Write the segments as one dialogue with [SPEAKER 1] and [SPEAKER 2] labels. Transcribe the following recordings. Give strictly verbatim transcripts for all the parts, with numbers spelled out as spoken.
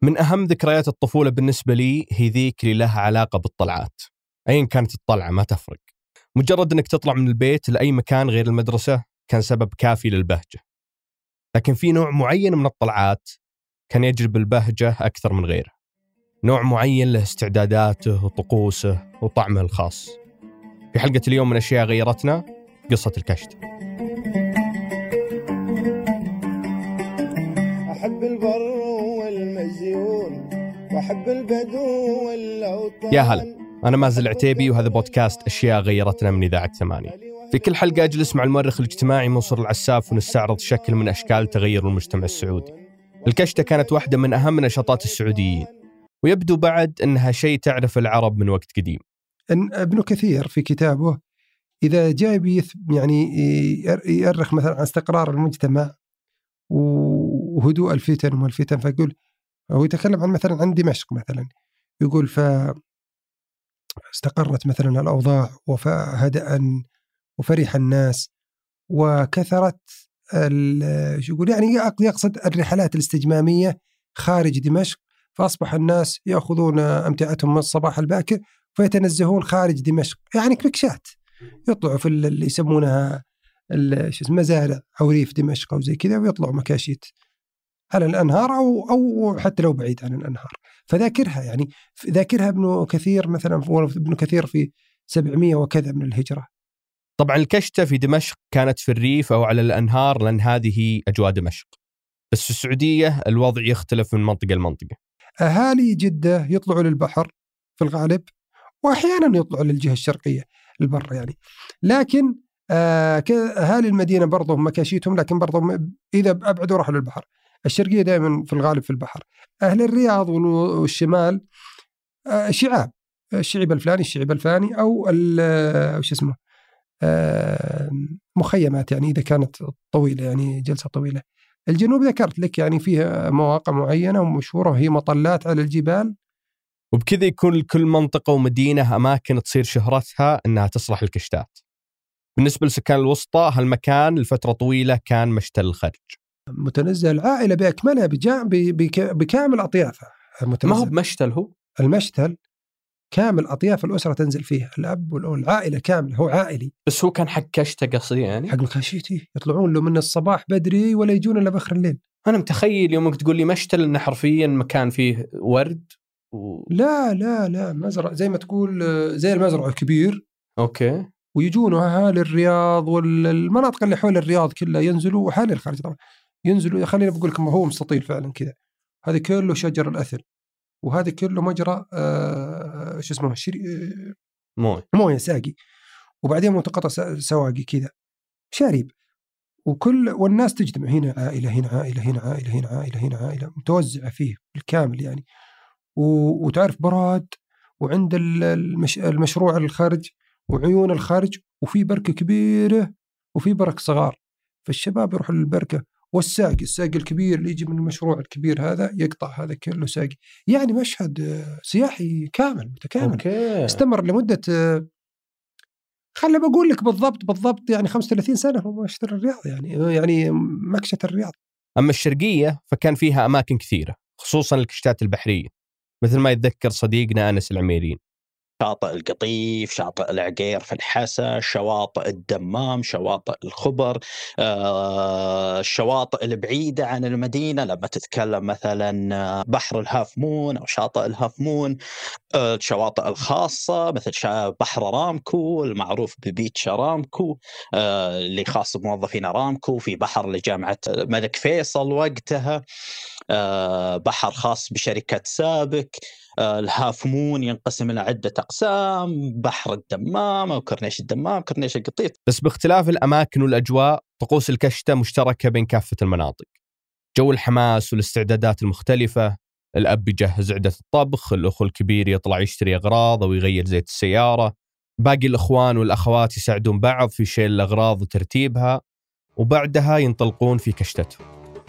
[SPEAKER 1] من أهم ذكريات الطفولة بالنسبة لي هي ذيك اللي لها علاقة بالطلعات. أين كانت الطلعة ما تفرق، مجرد أنك تطلع من البيت لأي مكان غير المدرسة كان سبب كافي للبهجة. لكن في نوع معين من الطلعات كان يجلب البهجة أكثر من غيره، نوع معين له استعداداته وطقوسه وطعمه الخاص. في حلقة اليوم من أشياء غيرتنا، قصة الكشت.
[SPEAKER 2] أحب البر والمزيون وأحب البدو والأوطان.
[SPEAKER 1] يا هلا، أنا مازل العتيبي وهذا بودكاست أشياء غيرتنا من إذاعة ثمانية. في كل حلقة أجلس مع المؤرخ الاجتماعي منصور العساف ونستعرض شكل من أشكال تغير المجتمع السعودي. الكشتة كانت واحدة من أهم نشاطات السعوديين، ويبدو بعد أنها شيء تعرف العرب من وقت قديم.
[SPEAKER 3] إن ابن كثير في كتابه إذا جاء يعني يؤرخ مثلا عن استقرار المجتمع وهدوء الفتن والفتن، فيقول هو يتكلم عن مثلا عن دمشق مثلا، يقول فاستقرت مثلا الأوضاع وفهدأ وفرح الناس وكثرت يقول يعني يقصد الرحلات الاستجمامية خارج دمشق، فأصبح الناس يأخذون أمتعتهم من الصباح الباكر فيتنزهون خارج دمشق، يعني كبكشات يطلعوا في اللي يسمونها شو اسمه مزارع أو ريف دمشق أو زي كذا، ويطلعوا مكاشيت على الأنهار أو أو حتى لو بعيد عن الأنهار. فذاكرها يعني ذاكرها ابن كثير مثلا، ابن كثير في سبعمية وكذا من الهجرة.
[SPEAKER 1] طبعا الكشتة في دمشق كانت في الريف أو على الأنهار، لأن هذه أجواء دمشق. بس في السعودية الوضع يختلف من منطقة لمنطقة.
[SPEAKER 3] أهالي جدة يطلعوا للبحر في الغالب، وأحيانا يطلعوا للجهة الشرقية البر يعني، لكن آه أهالي المدينة برضو مكاشيتهم، لكن برضو إذا أبعدوا راحوا للبحر. الشرقية دائما في الغالب في البحر. أهل الرياض والشمال آه شعاب، الشعب الفلاني الشعب الفلاني أو وش اسمه آه مخيمات، يعني إذا كانت طويلة يعني جلسة طويلة. الجنوب ذكرت لك يعني فيها مواقع معينة ومشهورة، وهي مطلات على الجبال،
[SPEAKER 1] وبكذا يكون لكل منطقة ومدينة أماكن تصير شهرتها أنها تصلح الكشتات. بالنسبة لسكان الوسطى هالمكان لفترة طويلة كان مشتل الخرج،
[SPEAKER 3] متنزه العائلة بأكملها بكامل أطيافها.
[SPEAKER 1] ما هو بمشتل، هو
[SPEAKER 3] المشتل كامل أطياف الأسرة تنزل فيها، الأب والعائلة كاملة، هو عائلي.
[SPEAKER 1] بس هو كان حق كشتة قصدي، يعني
[SPEAKER 3] حق الكاشيتي يطلعون له من الصباح بدري ولا يجون إلا بآخر الليل.
[SPEAKER 1] أنا متخيل يومك تقول لي مشتل إنه حرفيا مكان فيه ورد و...
[SPEAKER 3] لا لا لا مزرعة زي ما تقول، زي المزرعة الكبير.
[SPEAKER 1] أوكي.
[SPEAKER 3] ويجون أهالي الرياض والمناطق اللي حول الرياض كلها ينزلوا، وأهالي الخارج طبعا ينزلوا. خلينا بقول لكم هو مستطيل فعلا كذا، هذا كله شجر الأثل، وهذا كله مجرى آه شو اسمه شري...
[SPEAKER 1] مويه
[SPEAKER 3] مويه ساقي، وبعدين متقطع سواقي كذا شارب، وكل والناس تجتمع، هنا عائلة هنا عائلة هنا عائلة هنا عائلة هنا عائلة متوزعة فيه بالكامل يعني. و... وتعرف براد، وعند المش... المشروع الخارج وعيون الخارج، وفي بركة كبيرة وفي برك صغار، فالشباب يروحوا للبركة، والساقي الساقي الكبير اللي يجي من المشروع الكبير هذا يقطع هذا كله ساقي. يعني مشهد سياحي كامل متكامل.
[SPEAKER 1] أوكي.
[SPEAKER 3] استمر لمدة خلي بقول لك بالضبط بالضبط يعني خمسة وثلاثين سنة هو مشهد الرياض، يعني يعني مكشة الرياض.
[SPEAKER 1] أما الشرقية فكان فيها أماكن كثيرة، خصوصا الكشتات البحرية، مثل ما يتذكر صديقنا أنس العميرين.
[SPEAKER 4] شاطئ القطيف، شاطئ العقير في الحسا، شواطئ الدمام، شواطئ الخبر، آه، الشواطئ البعيدة عن المدينة لما تتكلم مثلا بحر الهافمون أو شاطئ الهافمون، آه، الشواطئ الخاصة مثل بحر رامكو المعروف ببيتش رامكو، آه، اللي خاص بموظفين رامكو، في بحر لجامعة الملك فيصل وقتها، آه، بحر خاص بشركة سابك. الهافمون ينقسم إلى عدة أقسام، بحر الدمام أو كورنيش الدمام، كورنيش القطيف.
[SPEAKER 1] بس باختلاف الأماكن والأجواء طقوس الكشتة مشتركة بين كافة المناطق. جو الحماس والاستعدادات المختلفة، الأب يجهز عدة الطبخ، الأخو الكبير يطلع يشتري أغراض أو يغير زيت السيارة، باقي الأخوان والأخوات يساعدون بعض في شيل الأغراض وترتيبها، وبعدها ينطلقون في كشتتهم.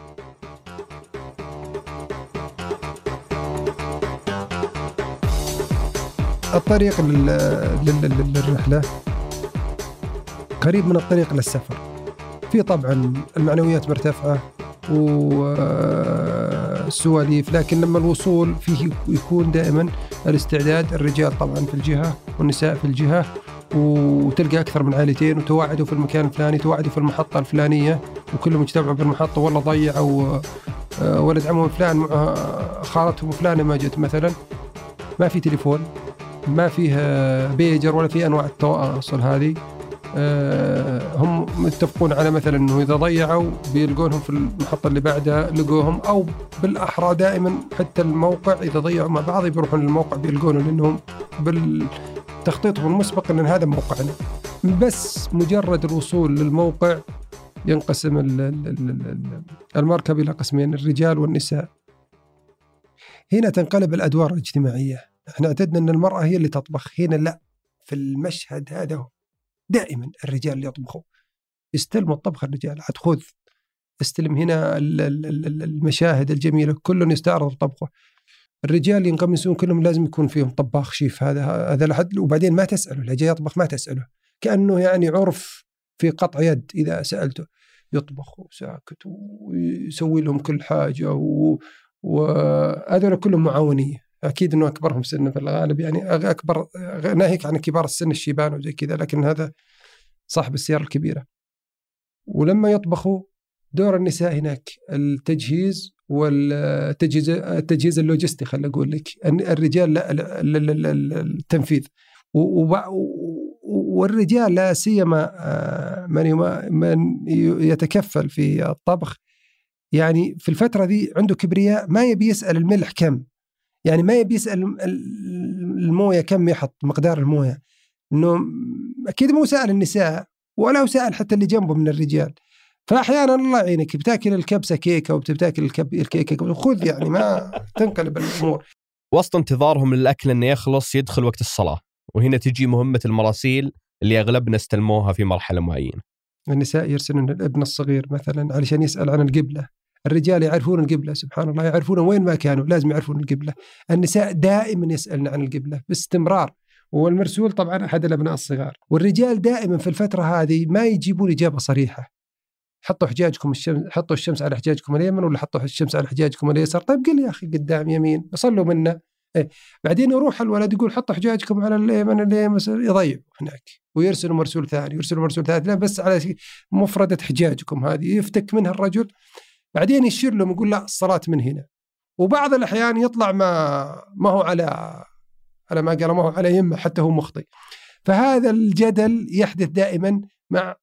[SPEAKER 3] الطريق للرحلة قريب من الطريق للسفر، في طبعا المعنويات مرتفعة، السواليف، لكن لما الوصول فيه يكون دائما الاستعداد، الرجال طبعا في الجهة والنساء في الجهة، وتلقى أكثر من عائلتين وتواعدوا في المكان الفلاني، تواعدوا في المحطة الفلانية، وكلهم يجتمعوا في المحطة، والله ضيعوا ولد عمهم فلان مع خالتهم فلانة ما جت مثلا. ما في تليفون، ما فيه بيجر ولا في أنواع التواصل هذه. هم متفقون على مثلا أنه إذا ضيعوا بيلقونهم في المحطة اللي بعدها لقوهم، أو بالأحرى دائما حتى الموقع إذا ضيعوا مع بعض بيروحون للموقع بيلقونه، لأنهم بالتخطيطهم المسبق أن هذا موقعنا. بس مجرد الوصول للموقع ينقسم المركب إلى قسمين، الرجال والنساء. هنا تنقلب الأدوار الاجتماعية. احنا اعتدنا أن المرأة هي اللي تطبخ، هنا لا، في المشهد هذا دائما الرجال اللي يطبخوا، يستلموا الطبخ الرجال. عاد خذ استلم هنا المشاهد الجميلة، كلهم يستعرض طبخه. الرجال ينقمسون كلهم لازم يكون فيهم طباخ شيف، هذا هذا لحد، وبعدين ما تسأله، اللي جاي يطبخ ما تسأله، كأنه يعني عرف في قطع يد. إذا سألته يطبخ وساكت ويسوي لهم كل حاجة، وهذول كلهم معاونية. أكيد أنه أكبرهم سنا في الغالب، يعني أكبر، ناهيك عن كبار السن الشيبان وزي كذا، لكن هذا صاحب السيارة الكبيرة. ولما يطبخوا دور النساء هناك التجهيز والتجهيز التجهيز اللوجستي، خلي أقول لك. الرجال لا، التنفيذ. والرجال لا سيما من من يتكفل في الطبخ، يعني في الفترة دي عنده كبرياء، ما يبي يسأل الملح كم، يعني ما يبي يسأل الموية كم يحط مقدار الموية، إنه أكيد مو سأل النساء ولا هو سأل حتى اللي جنبه من الرجال. فأحيانا الله يعينك بتاكل الكبسة كيكة وبتاكل الكيكة، خذ يعني ما تنقلب الأمور.
[SPEAKER 1] وسط انتظارهم للأكل إنه يخلص يدخل وقت الصلاة، وهنا تجي مهمة المراسيل اللي أغلبنا استلموها في مرحلة معينة.
[SPEAKER 3] النساء يرسلون الابن الصغير مثلا علشان يسأل عن القبلة، الرجال يعرفون القبلة، سبحان الله يعرفون وين ما كانوا لازم يعرفون القبلة. النساء دائما يسألن عن القبلة باستمرار، والمرسول طبعا أحد الأبناء الصغار. والرجال دائما في الفترة هذه ما يجيبون إجابة صريحة، حطوا حجاجكم الشمس، حطوا الشمس على حجاجكم اليمين ولا حطوا الشمس على حجاجكم اليسار. طيب قل يا أخي قدام يمين صلوا منا إيه. بعدين يروح الولد يقول حطوا حجاجكم على اليمين اليمين، يضيع هناك ويرسلوا مرسول ثاني، يرسلوا مرسول ثالث، لا بس على مفردة حجاجكم هذه، يفتك منها الرجل. بعدين يشير لهم يقول لا الصلاة من هنا. وبعض الأحيان يطلع ما ما هو على على ما قال ما هو على يمه، حتى هو مخطئ. فهذا الجدل يحدث دائما مع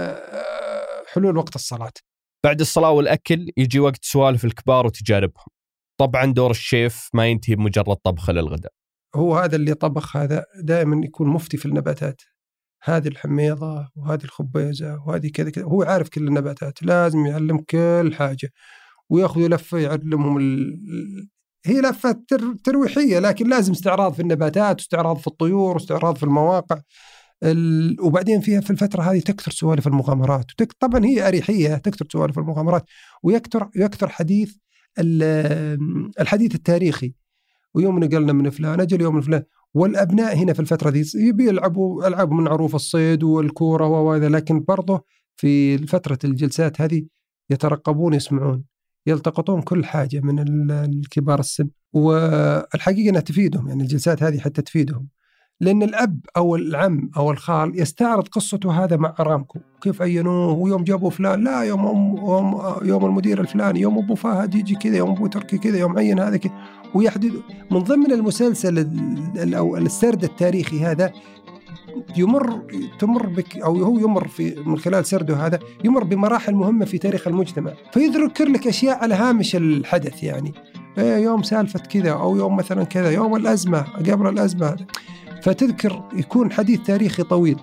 [SPEAKER 3] حلول وقت الصلاة.
[SPEAKER 1] بعد الصلاة والأكل يجي وقت سوالف الكبار وتجاربهم. طبعا دور الشيف ما ينتهي بمجرد طبخ للغداء،
[SPEAKER 3] هو هذا اللي طبخ هذا دائما يكون مفتي في النباتات، هذه الحميضة وهذه الخبيزة وهذه كذا كذا، هو عارف كل النباتات، لازم يعلم كل حاجة ويأخذ لفة يعلمهم ال... هي لفة تر... ترويحية، لكن لازم استعراض في النباتات واستعراض في الطيور واستعراض في المواقع ال... وبعدين فيها في الفترة هذه تكثر سوالف المغامرات وتك... طبعا هي أريحية، تكثر سوالف المغامرات ويكثر يكثر حديث ال... الحديث التاريخي، ويوم نقلنا من فلان أجل يوم من فلان. والأبناء هنا في الفترة دي يلعبوا ألعاب من عروف الصيد والكورة وهذا، لكن برضه في فترة الجلسات هذه يترقبون يسمعون يلتقطون كل حاجة من الكبار السن، والحقيقة أنها تفيدهم، يعني الجلسات هذه حتى تفيدهم، لأن الأب أو العم أو الخال يستعرض قصته هذا مع أرامكو، كيف عينوه ويوم جابوا فلان، لا يوم يوم, يوم المدير الفلاني، يوم أبو فهد يجي كذا، يوم أبو تركي كذا، يوم عين هذا كذا، ويحدد من ضمن المسلسل أو السرد التاريخي هذا يمر تمر بك أو هو يمر في من خلال سرده هذا يمر بمراحل مهمة في تاريخ المجتمع، فيذكر لك أشياء على هامش الحدث، يعني يوم سالفة كذا أو يوم مثلا كذا، يوم الأزمة قبل الأزمة، فتذكر يكون حديث تاريخي طويل.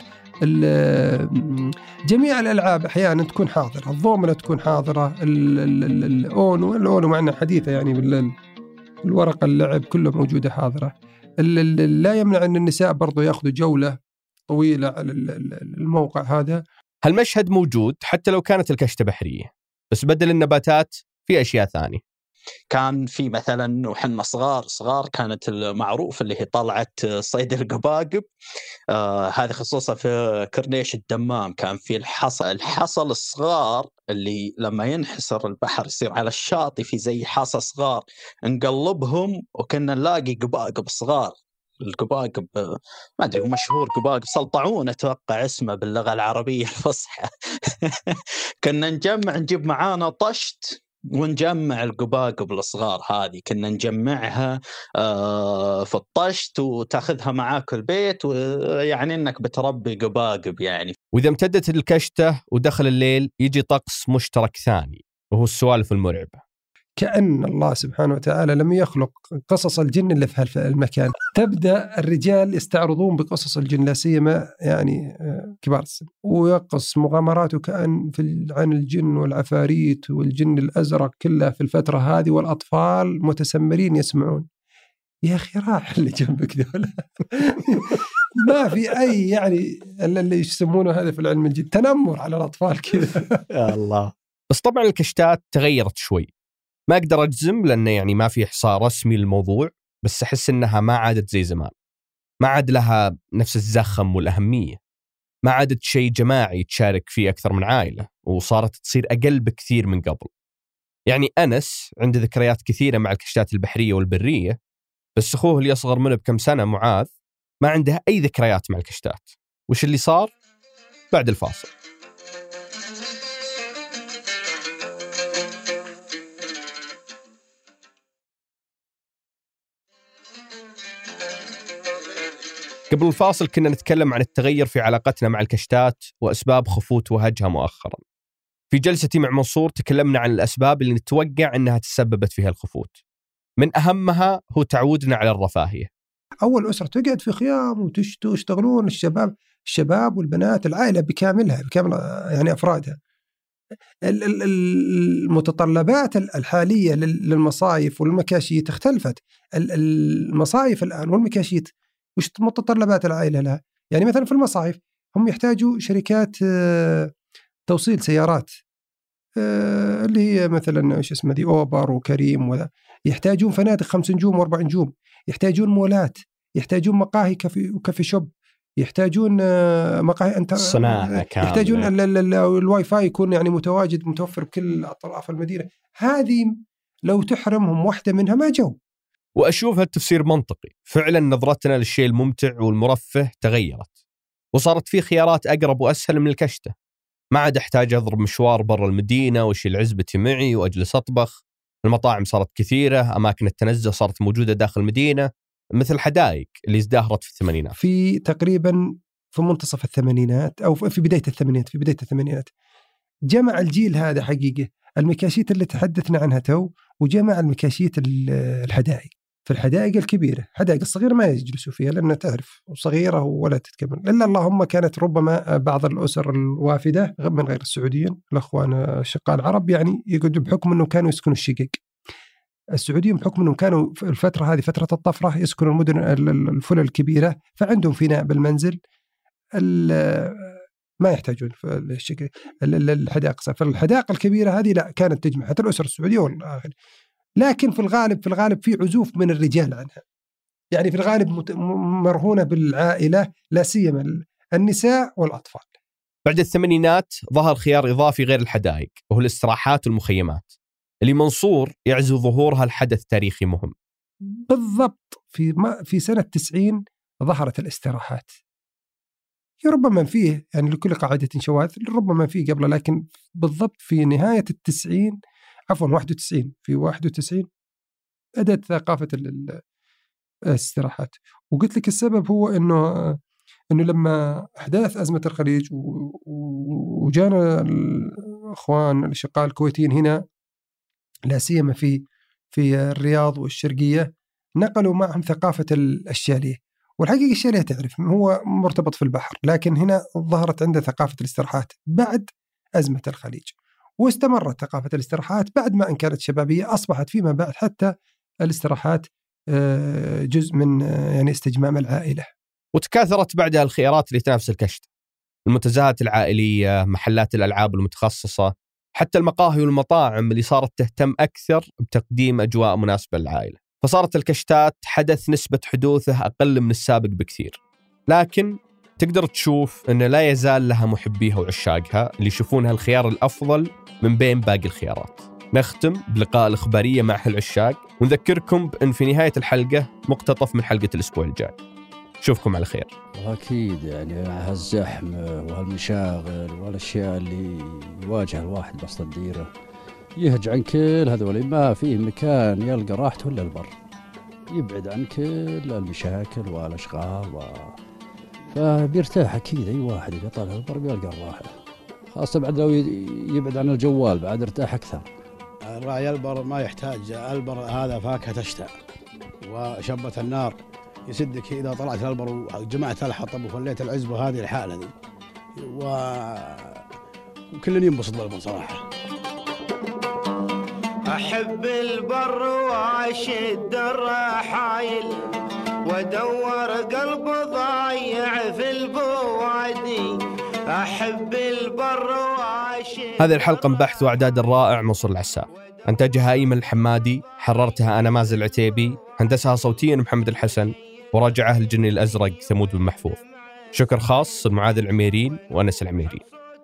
[SPEAKER 3] جميع الألعاب أحيانا تكون حاضرة، الضومنة تكون حاضرة، الأونو الأونو معنا حديثة يعني الورقة اللعب كله موجودة حاضرة. لا يمنع أن النساء برضو يأخذوا جولة طويلة على الموقع هذا.
[SPEAKER 1] هالمشهد موجود حتى لو كانت الكشتة بحرية، بس بدل النباتات في أشياء ثانية.
[SPEAKER 4] كان في مثلا وحنا صغار صغار كانت المعروف اللي هي طلعت صيد القباقب. آه هذه خصوصا في كورنيش الدمام كان في الحصل الحصل الصغار اللي لما ينحسر البحر يصير على الشاطئ في زي حصى صغار نقلبهم وكنا نلاقي قباقب صغار. القباقب ما أدري مشهور قباقب سلطعون أتوقع اسمه باللغة العربية الفصحى. كنا نجمع نجيب معانا طشت ونجمع القباقب الصغار هذه كنا نجمعها في الطشت وتاخذها معاك البيت ويعني انك بتربي قباقب يعني.
[SPEAKER 1] واذا امتدت الكشته ودخل الليل يجي طقس مشترك ثاني وهو السوالف المرعبه.
[SPEAKER 3] كأن الله سبحانه وتعالى لم يخلق قصص الجن اللي في هالمكان. تبدأ الرجال يستعرضون بقصص الجن لا سيما يعني كبار السن ويقص مغامراته كأن في عن الجن والعفاريت والجن الأزرق كلها في الفترة هذه والأطفال متسمرين يسمعون. يا أخي راح اللي جنبك دولة. ما في أي يعني اللي يسمونه هذا في العلم الجن تنمر على الأطفال كذا.
[SPEAKER 1] يا الله. بس طبعا الكشتات تغيرت شوي ما أقدر أجزم لأنه يعني ما في إحصاء رسمي للموضوع بس أحس أنها ما عادت زي زمان ما عاد لها نفس الزخم والأهمية ما عادت شيء جماعي تشارك فيه أكثر من عائلة وصارت تصير أقل بكثير من قبل. يعني أنس عنده ذكريات كثيرة مع الكشتات البحرية والبرية بس أخوه اللي أصغر منه بكم سنة معاذ ما عنده أي ذكريات مع الكشتات. وش اللي صار؟ بعد الفاصل. قبل الفاصل كنا نتكلم عن التغير في علاقتنا مع الكشتات وأسباب خفوت وهجها مؤخرا. في جلستي مع منصور تكلمنا عن الأسباب اللي نتوقع أنها تسببت فيها الخفوت. من أهمها هو تعودنا على الرفاهية.
[SPEAKER 3] أول أسرة تقعد في خيام وتشتوا يشتغلون الشباب الشباب والبنات العائلة بكاملها بكامل يعني أفرادها. المتطلبات الحالية للمصايف والمكاشيت اختلفت. المصايف الآن والمكاشيت وش متطلبات العائلة لها؟ يعني مثلا في المصايف هم يحتاجوا شركات توصيل سيارات اللي هي مثلا ايش اسمها دي أوبر وكريم وذا. يحتاجون فنادق خمس نجوم واربع نجوم يحتاجون مولات يحتاجون مقاهي كافي وكافي شوب يحتاجون مقاهي انت
[SPEAKER 1] صناعة كاملة
[SPEAKER 3] يحتاجون الواي فاي يكون يعني متواجد متوفر بكل أطراف المدينة. هذه لو تحرمهم واحدة منها ما جو.
[SPEAKER 1] وأشوف هالتفسير منطقي. فعلا نظرتنا للشيء الممتع والمرفه تغيرت وصارت في خيارات أقرب وأسهل من الكشتة. ما عاد أحتاج أضرب مشوار برا المدينة وشيل عزبتي معي وأجلس أطبخ. المطاعم صارت كثيرة أماكن التنزه صارت موجودة داخل المدينة مثل حدائق اللي ازدهرت في الثمانينات
[SPEAKER 3] في تقريبا في منتصف الثمانينات أو في بداية الثمانينات في بداية الثمانينات جمع الجيل هذا حقيقة المكاشيت اللي تحدثنا عنها تو وجمع المكاشيت الحدائق. في الحدائق الكبيرة حدائق الصغيرة ما يجلسوا فيها لأنها تعرف صغيرة ولا تتكمل إلا اللهم كانت ربما بعض الأسر الوافدة من غير السعوديين الأخوان الشقاء العرب يعني يقعدوا بحكم أنه كانوا يسكنوا الشقق. السعوديين بحكم أنهم كانوا في الفترة هذه فترة الطفرة يسكنوا المدن الفلل الكبيرة فعندهم فناء بالمنزل ما يحتاجون الشقق الحدائق. فالحدائق الكبيرة هذه لا كانت تجمع حتى الأسر السعودية والآخر. لكن في الغالب في الغالب في عزوف من الرجال عنها يعني في الغالب مرهونة بالعائلة لا سيما النساء والأطفال.
[SPEAKER 1] بعد الثمانينات ظهر خيار إضافي غير الحدائق وهو الاستراحات والمخيمات اللي منصور يعزو ظهورها الحدث تاريخي مهم.
[SPEAKER 3] بالضبط في ما في سنة تسعين ظهرت الاستراحات. ربما فيه يعني لكل قاعدة شواذ ربما فيه قبل لكن بالضبط في نهاية التسعين عفوا واحد وتسعين في واحد وتسعين بدأت ثقافة الاستراحات. وقلت لك السبب هو إنه إنه لما أحداث أزمة الخليج وجانا الأخوان الأشقاء الكويتيين هنا لا سيما في في الرياض والشرقية نقلوا معهم ثقافة الشاليه. والحقيقة الشاليه تعرف هو مرتبط في البحر لكن هنا ظهرت عنده ثقافة الاستراحات بعد أزمة الخليج واستمرت ثقافة الاستراحات بعد ما إن كانت شبابية أصبحت فيما بعد حتى الاستراحات جزء من يعني استجمام العائلة.
[SPEAKER 1] وتكاثرت بعدها الخيارات اللي تنافس الكشت المنتزهات العائلية محلات الألعاب المتخصصة حتى المقاهي والمطاعم اللي صارت تهتم أكثر بتقديم أجواء مناسبة للعائلة، فصارت الكشتات حدث نسبة حدوثه أقل من السابق بكثير. لكن تقدر تشوف أنه لا يزال لها محبيها وعشاقها اللي يشوفونها الخيار الأفضل من بين باقي الخيارات. نختم بلقاء الإخبارية مع هالعشاق، ونذكركم بأن في نهاية الحلقة مقتطف من حلقة الأسبوع الجاي. شوفكم على خير.
[SPEAKER 5] أكيد يعني مع هالزحمة وهالمشاغل والأشياء اللي يواجه الواحد بسط الديرة، يهج عن كل هذول، ما فيه مكان يلقى راحته إلا البر، يبعد عن كل المشاكل والأشغال و... فبيرتاح أكيد. أي واحد إذا طالع البر بيلقى الراحة، خاصة بعد لو يبعد عن الجوال بعد ارتاح أكثر.
[SPEAKER 6] الرعي البر ما يحتاج، البر هذا فاكهة تشتاء وشبة النار يسدك إذا طلعت البر وجمعت الحطب وخليت العزبة هذه الحالة دي، و... وكل ينبسط بالبر صراحة.
[SPEAKER 2] أحب البر وأشد الرحايل وأدور قلب ضايع في البوادي. أحب البر وأشد.
[SPEAKER 1] هذه الحلقة من بحث وإعداد الرائع منصور العساف، أنتجها أيمن الحمادي، حررتها أنا مازن العتيبي، هندسها صوتيا محمد الحسن، وراجعها الجني الأزرق ثمود بن محفوظ. شكر خاص معاذ العميرين وأنس العميري.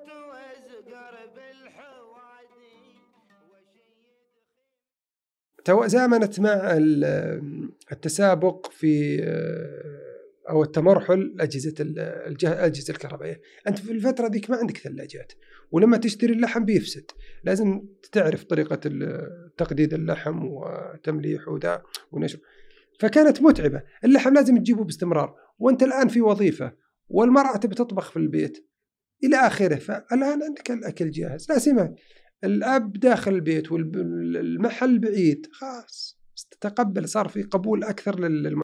[SPEAKER 3] تزامنت مع التسابق في أو التمرحل أجهزة الأجهزة الكهربائية. أنت في الفترة ذيك ما عندك ثلاجات، ولما تشتري اللحم بيفسد، لازم تعرف طريقة تقديد اللحم وتمليح وذا ونشر، فكانت متعبة. اللحم لازم تجيبه باستمرار، وأنت الآن في وظيفة، والمرأة تبي تطبخ في البيت إلى آخره. فالآن عندك الأكل جاهز، لا سمع الأب داخل البيت والمحل بعيد، خلاص تتقبل، صار في قبول أكثر للم